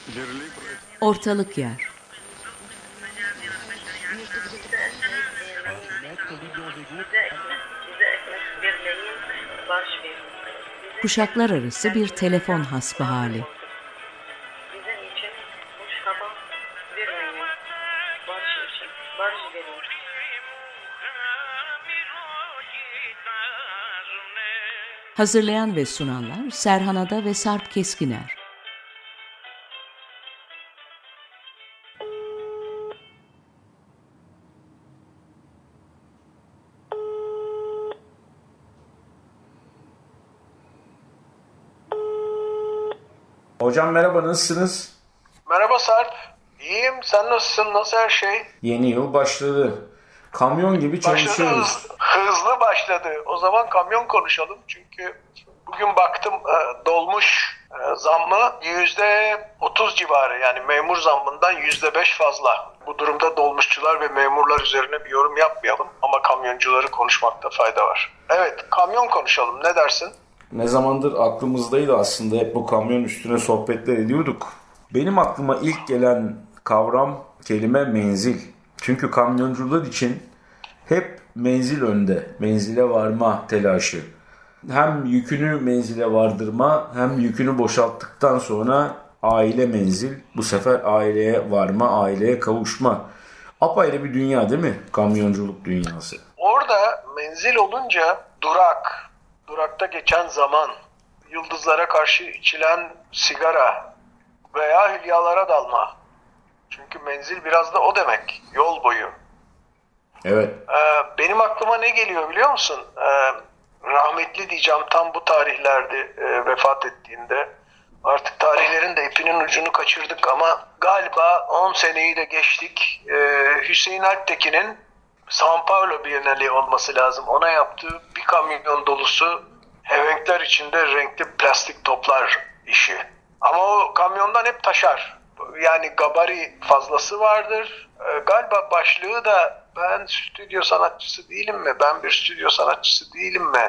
Ortalık yer. Kuşaklar arası bir telefon hasbihali. Hazırlayan ve sunanlar Serhan Ada ve Sarp Keskiner. Hocam merhaba, nasılsınız? Merhaba Sarp. İyiyim. Sen nasılsın? Nasıl her şey? Yeni yıl başladı. Kamyon gibi çalışıyoruz. Hızlı başladı. O zaman kamyon konuşalım. Çünkü bugün baktım dolmuş zammı %30 civarı. Yani memur zammından %5 fazla. Bu durumda dolmuşçular ve memurlar üzerine bir yorum yapmayalım. Ama kamyoncuları konuşmakta fayda var. Evet, kamyon konuşalım. Ne dersin? Ne zamandır aklımızdaydı aslında, hep bu kamyon üstüne sohbetler ediyorduk. Benim aklıma ilk gelen kavram, kelime menzil. Çünkü kamyoncular için hep menzil önde, menzile varma telaşı. Hem yükünü menzile vardırma, hem yükünü boşalttıktan sonra aile menzil, bu sefer aileye varma, aileye kavuşma. Apayrı bir dünya değil mi kamyonculuk dünyası? Orada menzil olunca durakta geçen zaman, yıldızlara karşı içilen sigara veya hülyalara dalma. Çünkü menzil biraz da o demek, yol boyu. Evet. Benim aklıma ne geliyor biliyor musun? Rahmetli diyeceğim, tam bu tarihlerde vefat ettiğinde. Artık tarihlerin de ipinin ucunu kaçırdık ama galiba 10 seneyi de geçtik. Hüseyin Alptekin'in São Paulo Bienali olması lazım. Ona yaptığı bir kamyon dolusu hevenkler içinde renkli plastik toplar işi. Ama o kamyondan hep taşar. Yani gabari fazlası vardır. Galiba başlığı da ben stüdyo sanatçısı değilim mi? Ben bir stüdyo sanatçısı değilim mi?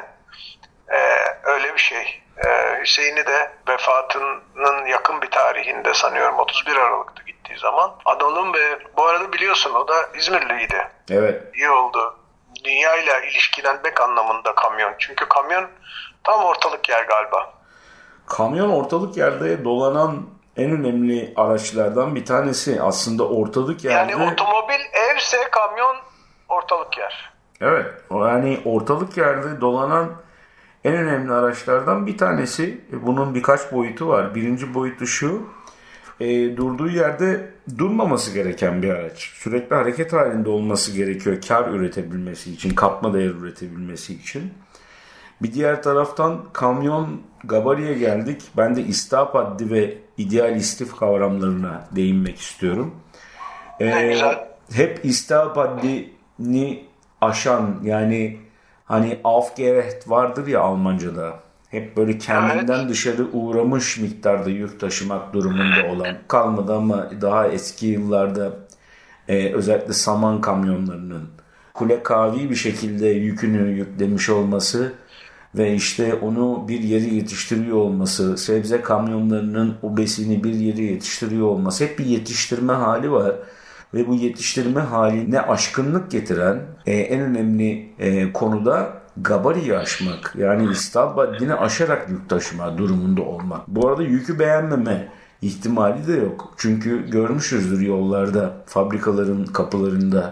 Öyle bir şey. Hüseyin'i de vefatının yakın bir tarihinde, sanıyorum 31 Aralık'ta gittiği zaman analım ve bu arada biliyorsun o da İzmirliydi. Evet. İyi oldu. Dünyayla ilişkilenmek anlamında kamyon. Çünkü kamyon tam ortalık yer galiba. Kamyon ortalık yerde dolanan en önemli araçlardan bir tanesi. Aslında ortalık yerde... Yani otomobil evse kamyon ortalık yer. Evet. Yani ortalık yerde dolanan en önemli araçlardan bir tanesi. Bunun birkaç boyutu var. Birinci boyutu şu: durduğu yerde durmaması gereken bir araç. Sürekli hareket halinde olması gerekiyor kar üretebilmesi için, katma değer üretebilmesi için. Bir diğer taraftan kamyon gabariye geldik. Ben de istihap haddi ve ideal istif kavramlarına değinmek istiyorum. Güzel. Hep istihap haddini aşan, yani hani Aufgerecht vardır ya Almanca'da. Hep böyle kendinden dışarı uğramış miktarda yük taşımak durumunda olan, kalmadı ama daha eski yıllarda özellikle saman kamyonlarının kulekavi bir şekilde yükünü yüklemiş olması ve işte onu bir yere yetiştiriyor olması, sebze kamyonlarının o besini bir yere yetiştiriyor olması, hep bir yetiştirme hali var. Ve bu yetiştirme haline aşkınlık getiren en önemli konuda gabariyi aşmak. Yani istihap haddini aşarak yük taşıma durumunda olmak. Bu arada yükü beğenmeme ihtimali de yok. Çünkü görmüşüzdür yollarda, fabrikaların kapılarında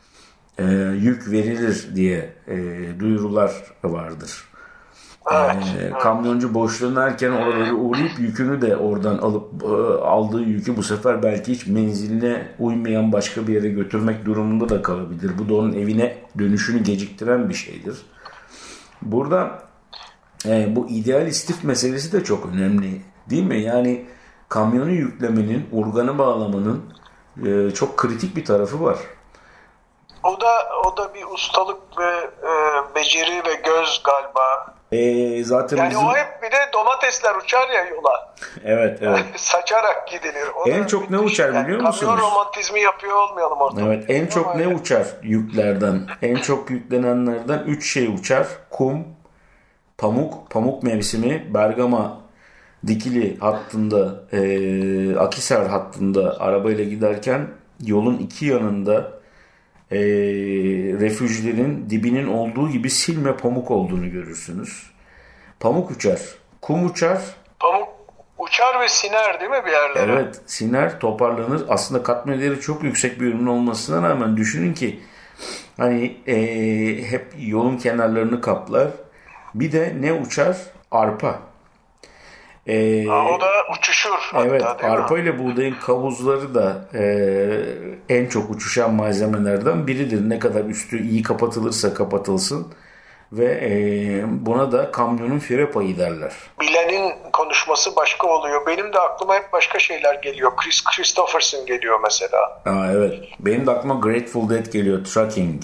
yük verilir diye duyurular vardır. Kamyoncu boş dönerken oraları uğrayıp yükünü de oradan alıp aldığı yükü bu sefer belki hiç menziline uymayan başka bir yere götürmek durumunda da kalabilir. Bu da onun evine dönüşünü geciktiren bir şeydir. Burada bu ideal istif meselesi de çok önemli, değil mi? Yani kamyonu yüklemenin, urganı bağlamanın çok kritik bir tarafı var. O da bir ustalık ve beceri ve göz galiba. Zaten yani bizim... o hep bir de domatesler uçar ya yola. Evet. Saçarak gidilir. En çok ne uçar biliyor musunuz? Kamyon romantizmi yapıyor olmayalım orada. Evet, en çok ne uçar yüklerden? En çok yüklenenlerden 3 şey uçar. Kum, pamuk mevsimi, Bergama Dikili hattında, Akhisar hattında arabayla giderken yolun iki yanında refüjlerin dibinin olduğu gibi silme pamuk olduğunu görürsünüz. Pamuk uçar, kum uçar. Pamuk uçar ve siner değil mi bir yerlere? Evet, siner, toparlanır. Aslında katma değeri çok yüksek bir ürün olmasına rağmen düşünün ki hani hep yolun kenarlarını kaplar. Bir de ne uçar? Arpa. O da uçuşur. Evet, hatta, değil arpa mi? ile buğdayın kavuzları da en çok uçuşan malzemelerden biridir. Ne kadar üstü iyi kapatılırsa kapatılsın ve buna da kamyonun fire payı derler. Bilenin konuşması başka oluyor. Benim de aklıma hep başka şeyler geliyor. Chris Christopherson geliyor mesela. Evet, benim de aklıma Grateful Dead geliyor, Trucking.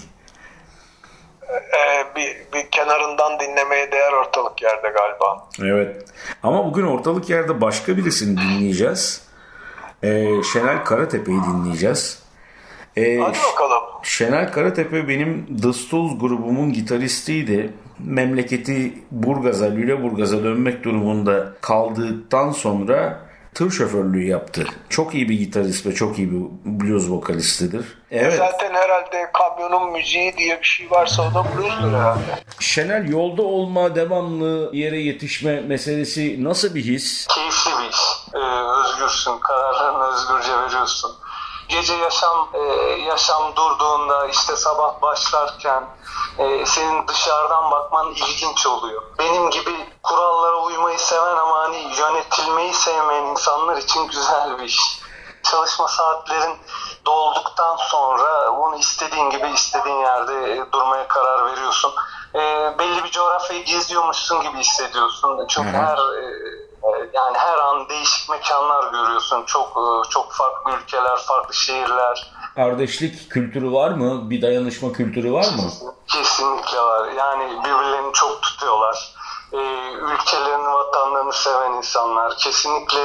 Bir kenarından dinlemeye değer ortalık yerde galiba. Evet, ama bugün ortalık yerde başka birisini dinleyeceğiz. Şenel Karatepe'yi dinleyeceğiz. Hadi bakalım. Şenel Karatepe benim The Stools grubumun gitaristiydi. Memleketi Burgaz'a, Lüleburgaz'a dönmek durumunda kaldıktan sonra tır şoförlüğü yaptı. Çok iyi bir gitarist ve çok iyi bir blues vokalistidir. Evet. Zaten herhalde kamyonun müziği diye bir şey varsa o da blues'dur herhalde. Şenel, yolda olma, devamlı yere yetişme meselesi nasıl bir his? Keyifli bir iş. Özgürsün, kararlarını özgürce veriyorsun. Gece yaşam durduğunda, işte sabah başlarken senin dışarıdan bakman ilginç oluyor. Benim gibi kurallara uymayı seven ama hani yönetilmeyi sevmeyen insanlar için güzel bir iş. Çalışma saatlerin dolduktan sonra onu istediğin gibi istediğin yerde durmaya karar veriyorsun. Belli bir coğrafyayı geziyormuşsun gibi hissediyorsun. Çünkü her an değişik mekanlar görüyorsun. Çok farklı ülkeler, farklı şehirler. Kardeşlik kültürü var mı? Bir dayanışma kültürü var mı? Kesinlikle var. Yani birbirlerini çok tutuyorlar. Ülkelerini, vatanlarını seven insanlar. Kesinlikle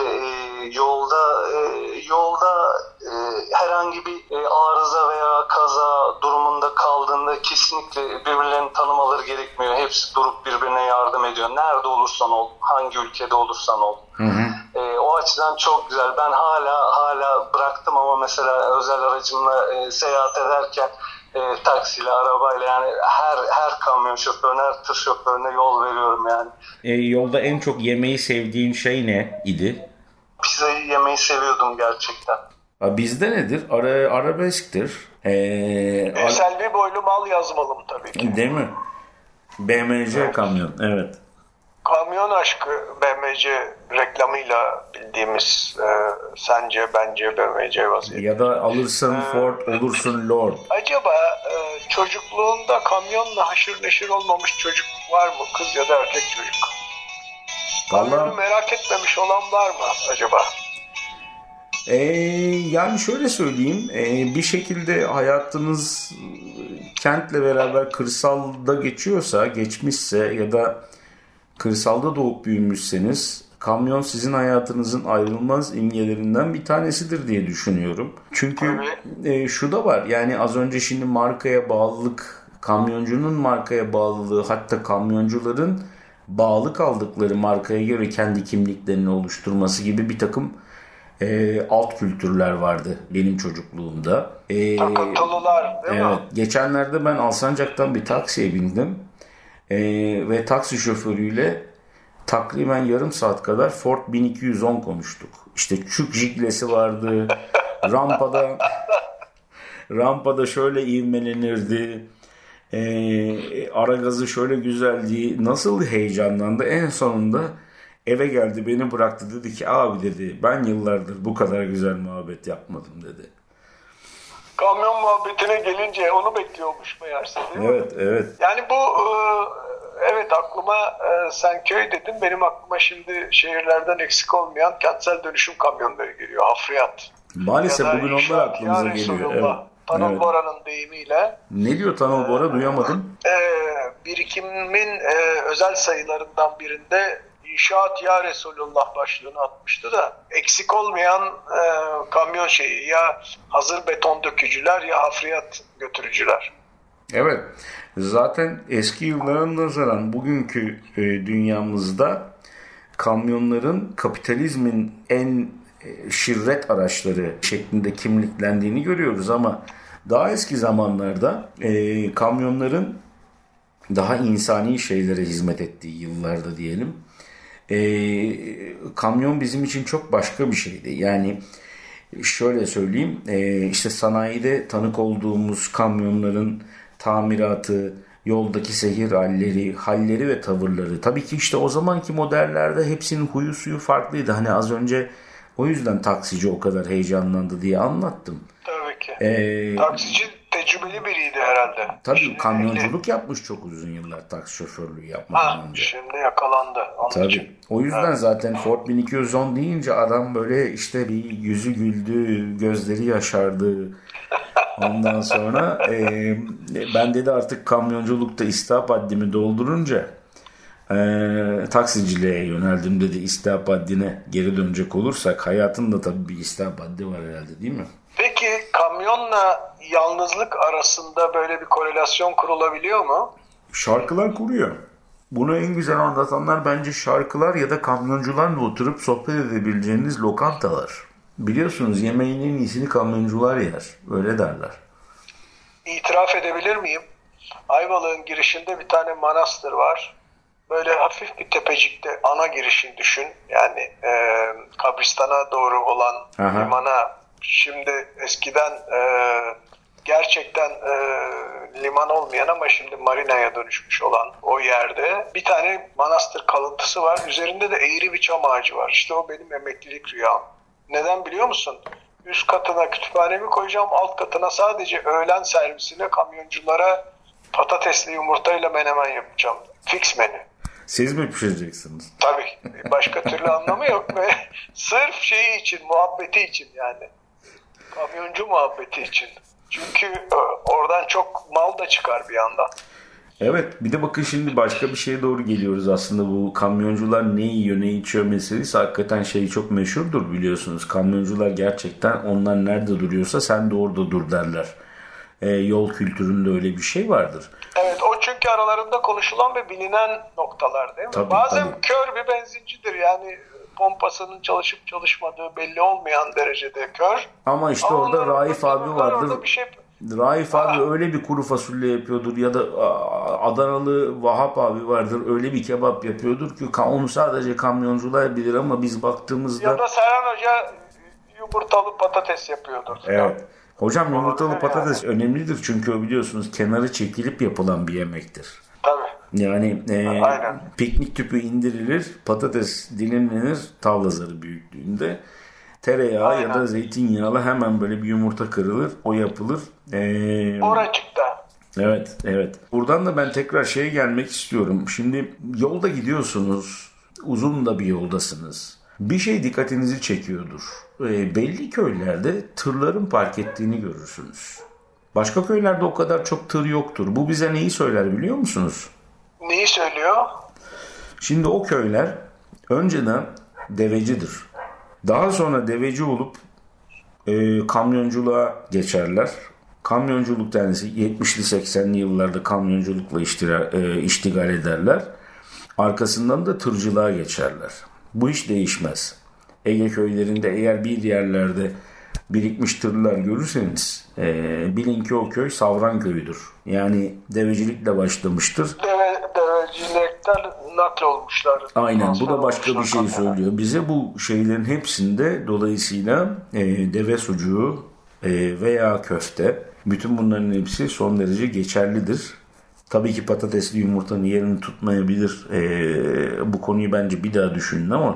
yolda herhangi bir arıza veya kaza durumunda kaldığında kesinlikle birbirlerini tanımaları gerekmiyor. Hepsi durup birbirine yardım ediyor. Nerede olursan ol, hangi ülkede olursan ol. O açıdan çok güzel. Ben hala bıraktım ama mesela özel aracımla seyahat ederken taksiyle, arabayla yani her kamyon şoförüne, her tır şoförüne yol veriyorum yani. Yolda en çok yemeği sevdiğin şey ne idi? Pizzayı yemeyi seviyordum gerçekten. Bizde nedir? Arabesktir. Selvi boylu mal yazmalım tabii ki. Değil mi? BMC kamyon, evet. Kamyon aşkı BMC reklamıyla bildiğimiz sence bence BMC vaziyeti. Ya da alırsın Ford, olursun Lord. Acaba çocukluğunda kamyonla haşır neşir olmamış çocuk var mı? Kız ya da erkek çocuk. Kamyonu merak etmemiş olan var mı acaba? Yani şöyle söyleyeyim, bir şekilde hayatınız kentle beraber kırsalda geçmişse ya da kırsalda doğup büyümüşseniz kamyon sizin hayatınızın ayrılmaz imgelerinden bir tanesidir diye düşünüyorum. Çünkü şu da var, yani az önce şimdi markaya bağlılık, kamyoncunun markaya bağlılığı, hatta kamyoncuların bağlı kaldıkları markaya göre kendi kimliklerini oluşturması gibi bir takım alt kültürler vardı benim çocukluğumda. Takıntılılar değil mi? Geçenlerde ben Alsancak'tan bir taksiye bindim ve taksi şoförüyle takriben yarım saat kadar Ford 1210 konuştuk. İşte çük jiglesi vardı, rampada şöyle ivmelenirdi, ara gazı şöyle güzeldi, nasıl heyecanlandı. En sonunda eve geldi, beni bıraktı, dedi ki abi dedi, ben yıllardır bu kadar güzel muhabbet yapmadım dedi. Kamyon muhabbetine gelince onu bekliyormuş meğerse değil mi? Evet. Yani bu evet aklıma sen köy dedin, benim aklıma şimdi şehirlerden eksik olmayan kentsel dönüşüm kamyonları geliyor. Hafriyat. Maalesef bugün onlar aklımıza geliyor. Evet. Tanıl Bora'nın deyimiyle. Ne diyor Tanıl Bora? Duyamadım. Birikimin özel sayılarından birinde İnşaat Ya Resulullah başlığını atmıştı da eksik olmayan kamyon şeyi ya hazır beton dökücüler ya hafriyat götürücüler. Evet. Zaten eski yıllara nazaran bugünkü dünyamızda kamyonların kapitalizmin en şirret araçları şeklinde kimliklendiğini görüyoruz ama daha eski zamanlarda kamyonların daha insani şeylere hizmet ettiği yıllarda diyelim. Kamyon bizim için çok başka bir şeydi. Yani şöyle söyleyeyim, işte sanayide tanık olduğumuz kamyonların tamiratı, yoldaki seyir halleri ve tavırları. Tabii ki işte o zamanki modellerde hepsinin huyu suyu farklıydı. Hani az önce o yüzden taksici o kadar heyecanlandı diye anlattım. Tabii ki. Taksici tecrübeli biriydi herhalde. Tabii şimdi kamyonculuk yapmış çok uzun yıllar, taksi şoförlüğü yapmadan önce. Şimdi yakalandı. Tabii. O yüzden zaten Ford 1210 deyince adam böyle işte bir yüzü güldü, gözleri yaşardı. Ondan sonra ben dedi artık kamyonculukta istihap haddimi doldurunca taksiciliğe yöneldim dedi. İstihap haddine geri dönecek olursak hayatın da tabii bir istihap haddi var herhalde, değil mi? Peki kamyonla yalnızlık arasında böyle bir korelasyon kurulabiliyor mu? Şarkılar kuruyor. Bunu en güzel anlatanlar bence şarkılar ya da kamyoncularla oturup sohbet edebileceğiniz lokantalar. Biliyorsunuz yemeğin en iyisini kamyoncular yer. Öyle derler. İtiraf edebilir miyim? Ayvalık'ın girişinde bir tane manastır var. Böyle hafif bir tepecikte ana girişini düşün. Yani kabristana doğru olan limana. Şimdi eskiden gerçekten liman olmayan ama şimdi marinaya dönüşmüş olan o yerde bir tane manastır kalıntısı var. Üzerinde de eğri bir çam ağacı var. İşte o benim emeklilik rüyam. Neden biliyor musun? Üst katına kütüphanemi koyacağım. Alt katına sadece öğlen servisine kamyonculara patatesli yumurtayla menemen yapacağım. Fix menü. Siz mi pişireceksiniz? Tabii. Başka türlü anlamı yok ve sırf şeyi için, muhabbeti için yani. Kamyoncu muhabbeti için. Çünkü oradan çok mal da çıkar bir yandan. Evet, bir de bakın şimdi başka bir şeye doğru geliyoruz aslında. Bu kamyoncular ne yiyor ne içiyor meselesi hakikaten çok meşhurdur biliyorsunuz. Kamyoncular gerçekten onlar nerede duruyorsa sen de orada dur derler. Yol kültüründe öyle bir şey vardır. Evet, o çünkü aralarında konuşulan ve bilinen noktalar değil mi? Tabii, bazen tabii. Kör bir benzincidir yani pompasının çalışıp çalışmadığı belli olmayan derecede kör. Ama işte orada Raif abi vardır. Şey... Raif abi öyle bir kuru fasulye yapıyordur ya da Adanalı Vahap abi vardır öyle bir kebap yapıyordur ki onu sadece kamyoncular bilir ama biz baktığımızda... Ya da Serhan Hoca yumurtalı patates yapıyordur. Evet. Hocam yumurtalı patates önemlidir çünkü o biliyorsunuz kenarı çekilip yapılan bir yemektir. Tabii. Yani piknik tüpü indirilir, patates dilimlenir tavla zarı büyüklüğünde. Tereyağı ya da zeytinyağlı hemen böyle bir yumurta kırılır, o yapılır. Oracıkta. Evet. Buradan da ben tekrar gelmek istiyorum. Şimdi yolda gidiyorsunuz, uzun da bir yoldasınız. Bir şey dikkatinizi çekiyordur. Belli köylerde tırların park ettiğini görürsünüz. Başka köylerde o kadar çok tır yoktur. Bu bize neyi söyler biliyor musunuz? Neyi söylüyor? Şimdi o köyler önceden devecidir. Daha sonra deveci olup kamyonculuğa geçerler. Kamyonculuk tanesi 70'li 80'li yıllarda kamyonculukla iştigal ederler. Arkasından da tırcılığa geçerler. Bu hiç değişmez. Ege köylerinde eğer bir yerlerde birikmiş tırlar görürseniz bilin ki o köy Savran köyüdür. Yani devecilikle başlamıştır. Devecilikten nakl olmuşlar. Aynen, bu da başka bir şey söylüyor. Bize bu şeylerin hepsinde dolayısıyla deve sucuğu veya köfte, bütün bunların hepsi son derece geçerlidir. Tabii ki patatesli yumurtanın yerini tutmayabilir. Bu konuyu bence bir daha düşünün ama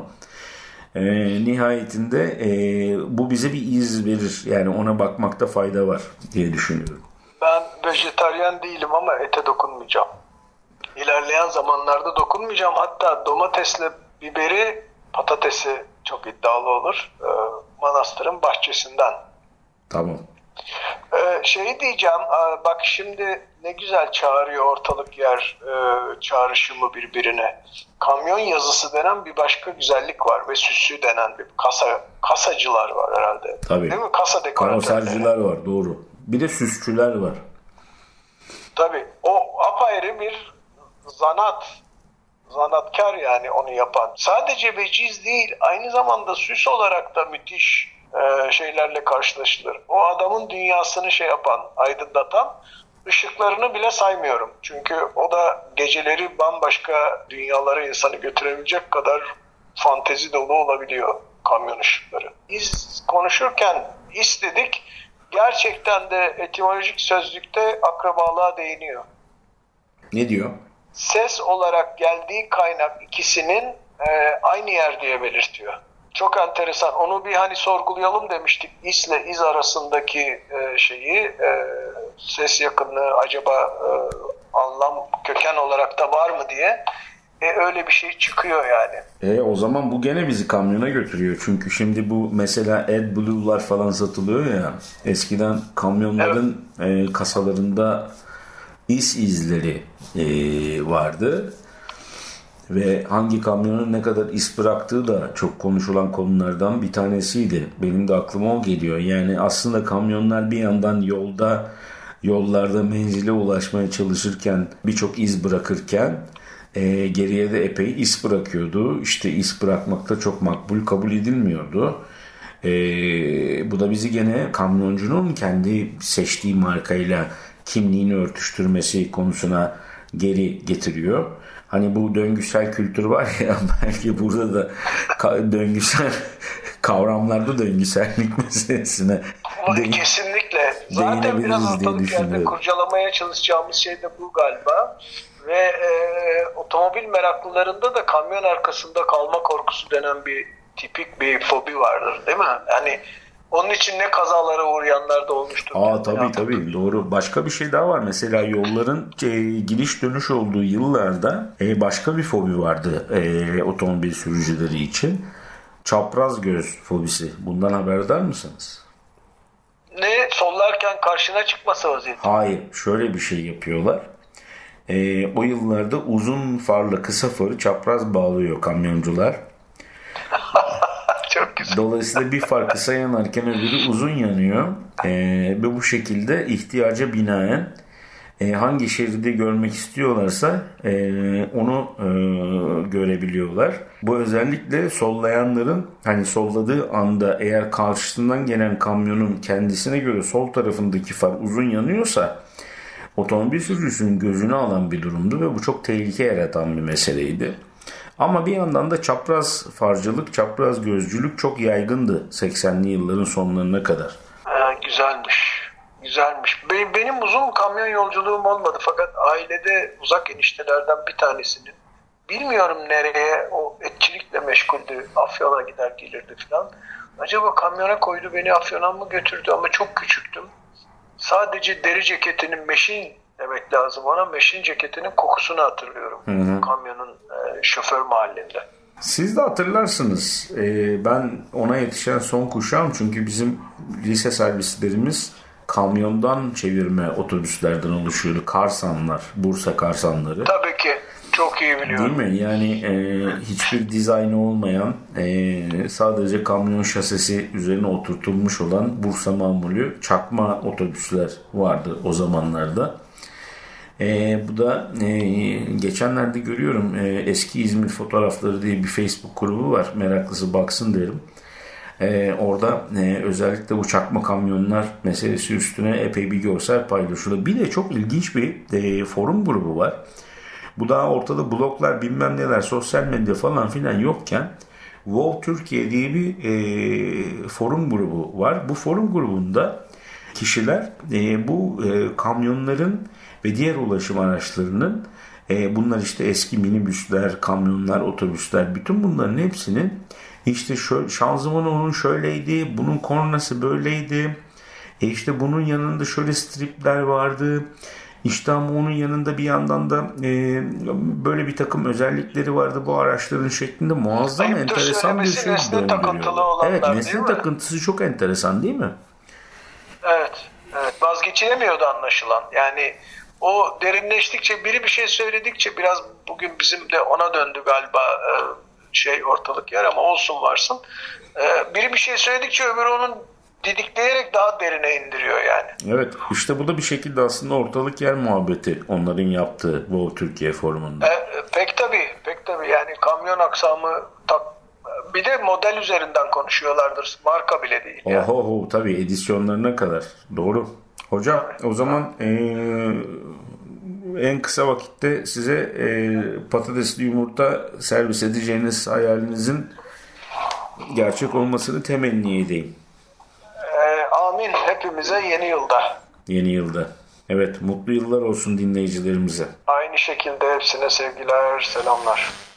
nihayetinde bu bize bir iz verir. Yani ona bakmakta fayda var diye düşünüyorum. Ben vejetaryen değilim ama ete dokunmayacağım. İlerleyen zamanlarda dokunmayacağım. Hatta domatesle biberi, patatesi çok iddialı olur. Manastırın bahçesinden. Tamam. Diyeceğim, bak şimdi ne güzel çağırıyor ortalık yer çağrışımı birbirine. Kamyon yazısı denen bir başka güzellik var ve süsü denen bir kasacılar var herhalde. Tabii. Değil mi? Kasa dekoratörleri. Karoserciler var, doğru. Bir de süsçüler var. Tabii. O apayrı bir Zanatkar yani onu yapan. Sadece veciz değil, aynı zamanda süs olarak da müthiş şeylerle karşılaşılır. O adamın dünyasını aydınlatan, ışıklarını bile saymıyorum. Çünkü o da geceleri bambaşka dünyalara insanı götürebilecek kadar fantezi dolu olabiliyor kamyon ışıkları. İz konuşurken dedik, gerçekten de etimolojik sözlükte akrabalığa değiniyor. Ne diyor? Ses olarak geldiği kaynak ikisinin aynı yer diye belirtiyor. Çok enteresan. Onu bir sorgulayalım demiştik. İs'le iz arasındaki ses yakınlığı acaba anlam köken olarak da var mı diye. Öyle bir şey çıkıyor yani. O zaman bu gene bizi kamyona götürüyor. Çünkü şimdi bu mesela AdBlue'lar falan satılıyor ya. Eskiden kamyonların kasalarında izleri vardı. Ve hangi kamyonun ne kadar iz bıraktığı da çok konuşulan konulardan bir tanesiydi. Benim de aklıma o geliyor. Yani aslında kamyonlar bir yandan yollarda menzile ulaşmaya çalışırken birçok iz bırakırken geriye de epey iz bırakıyordu. İşte iz bırakmak da çok makbul kabul edilmiyordu. Bu da bizi gene kamyoncunun kendi seçtiği markayla kimliğini örtüştürmesi konusuna geri getiriyor. Hani bu döngüsel kültür var ya, belki burada da döngüsel kavramlarda döngüsellik meselesine kesinlikle. Zaten biraz ortalık yerde kurcalamaya çalışacağımız şey de bu galiba. Ve otomobil meraklılarında da kamyon arkasında kalma korkusu denen bir tipik bir fobi vardır, değil mi? Yani onun için ne kazalara uğrayanlar da olmuştur. Tabii doğru. Başka bir şey daha var. Mesela yolların gidiş dönüş olduğu yıllarda başka bir fobi vardı otomobil sürücüleri için. Çapraz göz fobisi. Bundan haberdar mısınız? Ne? Sollarken karşına çıkması vaziyeti. Hayır. Şöyle bir şey yapıyorlar. O yıllarda uzun farla kısa farı çapraz bağlıyor kamyoncular. Çok güzel. Dolayısıyla bir far kısa yanarken öbürü uzun yanıyor. Ve bu şekilde ihtiyaca binaen hangi şeridi görmek istiyorlarsa onu görebiliyorlar. Bu özellikle sollayanların solladığı anda eğer karşısından gelen kamyonun kendisine göre sol tarafındaki far uzun yanıyorsa otomobil sürücüsünün gözünü alan bir durumdu ve bu çok tehlike yaratan bir meseleydi. Ama bir yandan da çapraz farcılık, çapraz gözcülük çok yaygındı 80'li yılların sonlarına kadar. Güzelmiş. Benim uzun kamyon yolculuğum olmadı fakat ailede uzak eniştelerden bir tanesinin, bilmiyorum nereye, o etçilikle meşguldü, Afyon'a gider gelirdi falan. Acaba kamyona koydu beni, Afyon'a mı götürdü, ama çok küçüktüm. Sadece deri ceketinin, meşin demek lazım ona, meşin ceketinin kokusunu hatırlıyorum. Kamyonun şoför mahallinde. Siz de hatırlarsınız. Ben ona yetişen son kuşağım, çünkü bizim lise servislerimiz kamyondan çevirme otobüslerden oluşuyordu. Karsanlar, Bursa Karsanları. Tabii ki. Çok iyi biliyorum. Değil mi? Yani hiçbir dizaynı olmayan, sadece kamyon şasisi üzerine oturtulmuş olan Bursa mamulü çakma otobüsler vardı o zamanlarda. Bu da geçenlerde görüyorum, eski İzmir fotoğrafları diye bir Facebook grubu var. Meraklısı baksın derim. Orada özellikle bu çakma kamyonlar meselesi üstüne epey bir görsel paylaşılıyor. Bir de çok ilginç bir forum grubu var. Bu daha ortada bloglar, bilmem neler, sosyal medya falan filan yokken WOW Türkiye diye bir forum grubu var. Bu forum grubunda kişiler bu kamyonların ve diğer ulaşım araçlarının, bunlar işte eski minibüsler, kamyonlar, otobüsler, bütün bunların hepsinin işte şanzımanı onun şöyleydi, bunun kornası böyleydi, işte bunun yanında şöyle stripler vardı, İşte ama onun yanında bir yandan da böyle bir takım özellikleri vardı bu araçların şeklinde, muazzam enteresan bir şey döndürüyor. Evet, nesne takıntısı çok enteresan değil mi? Evet, vazgeçilemiyordu anlaşılan. Yani o derinleştikçe, biri bir şey söyledikçe, biraz bugün bizim de ona döndü galiba ortalık yer, ama olsun varsın. Biri bir şey söyledikçe öbürü onun didikleyerek daha derine indiriyor yani. Evet, işte bu da bir şekilde aslında ortalık yer muhabbeti onların yaptığı Wow Türkiye forumunda. Pek tabii yani kamyon aksamı bir de model üzerinden konuşuyorlardır. Marka bile değil. Yani. Oho tabii edisyonlarına kadar. Doğru. Hocam o zaman en kısa vakitte size patatesli yumurta servis edeceğiniz hayalinizin gerçek olmasını temenni edeyim. Amin hepimize yeni yılda. Yeni yılda. Evet, mutlu yıllar olsun dinleyicilerimize. Aynı şekilde hepsine sevgiler, selamlar.